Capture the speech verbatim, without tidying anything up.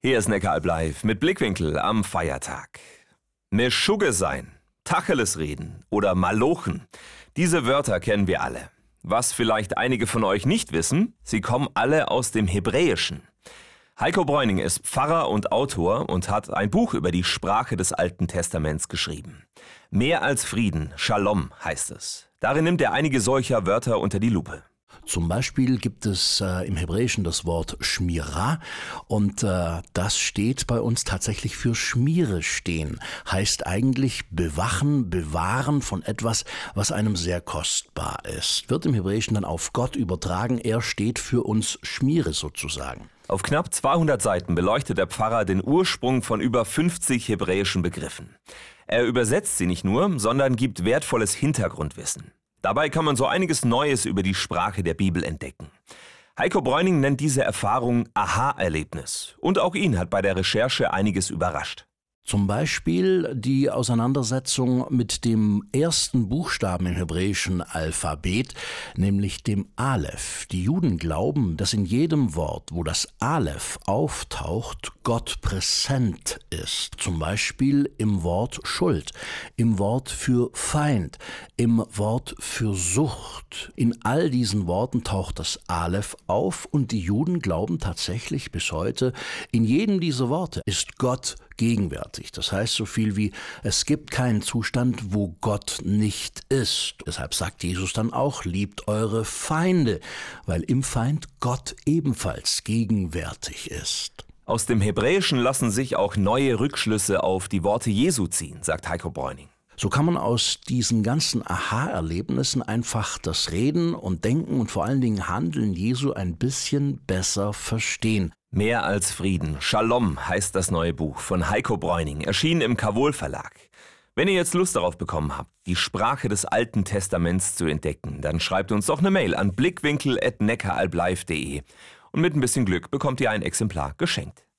Hier ist Neckaralb live mit Blickwinkel am Feiertag. Meschugge sein, Tacheles reden oder Malochen. Diese Wörter kennen wir alle. Was vielleicht einige von euch nicht wissen, sie kommen alle aus dem Hebräischen. Heiko Bräuning ist Pfarrer und Autor und hat ein Buch über die Sprache des Alten Testaments geschrieben. Mehr als Frieden, Shalom heißt es. Darin nimmt er einige solcher Wörter unter die Lupe. Zum Beispiel gibt es äh, im Hebräischen das Wort Schmira und äh, das steht bei uns tatsächlich für Schmiere stehen. Heißt eigentlich bewachen, bewahren von etwas, was einem sehr kostbar ist. Wird im Hebräischen dann auf Gott übertragen, er steht für uns Schmiere sozusagen. Auf knapp zweihundert Seiten beleuchtet der Pfarrer den Ursprung von über fünfzig hebräischen Begriffen. Er übersetzt sie nicht nur, sondern gibt wertvolles Hintergrundwissen. Dabei kann man so einiges Neues über die Sprache der Bibel entdecken. Heiko Bräuning nennt diese Erfahrung Aha-Erlebnis. Und auch ihn hat bei der Recherche einiges überrascht. Zum Beispiel die Auseinandersetzung mit dem ersten Buchstaben im hebräischen Alphabet, nämlich dem Aleph. Die Juden glauben, dass in jedem Wort, wo das Aleph auftaucht, Gott präsent ist. Zum Beispiel im Wort Schuld, im Wort für Feind, im Wort für Sucht. In all diesen Worten taucht das Aleph auf und die Juden glauben tatsächlich bis heute, in jedem dieser Worte ist Gott gegenwärtig. Das heißt so viel wie, es gibt keinen Zustand, wo Gott nicht ist. Deshalb sagt Jesus dann auch, liebt eure Feinde, weil im Feind Gott ebenfalls gegenwärtig ist. Aus dem Hebräischen lassen sich auch neue Rückschlüsse auf die Worte Jesu ziehen, sagt Heiko Bräuning. So kann man aus diesen ganzen Aha-Erlebnissen einfach das Reden und Denken und vor allen Dingen Handeln Jesu ein bisschen besser verstehen. Mehr als Frieden, Shalom heißt das neue Buch von Heiko Bräuning, erschienen im Kavol Verlag. Wenn ihr jetzt Lust darauf bekommen habt, die Sprache des Alten Testaments zu entdecken, dann schreibt uns doch eine Mail an blickwinkel at neckaralblive punkt de und mit ein bisschen Glück bekommt ihr ein Exemplar geschenkt.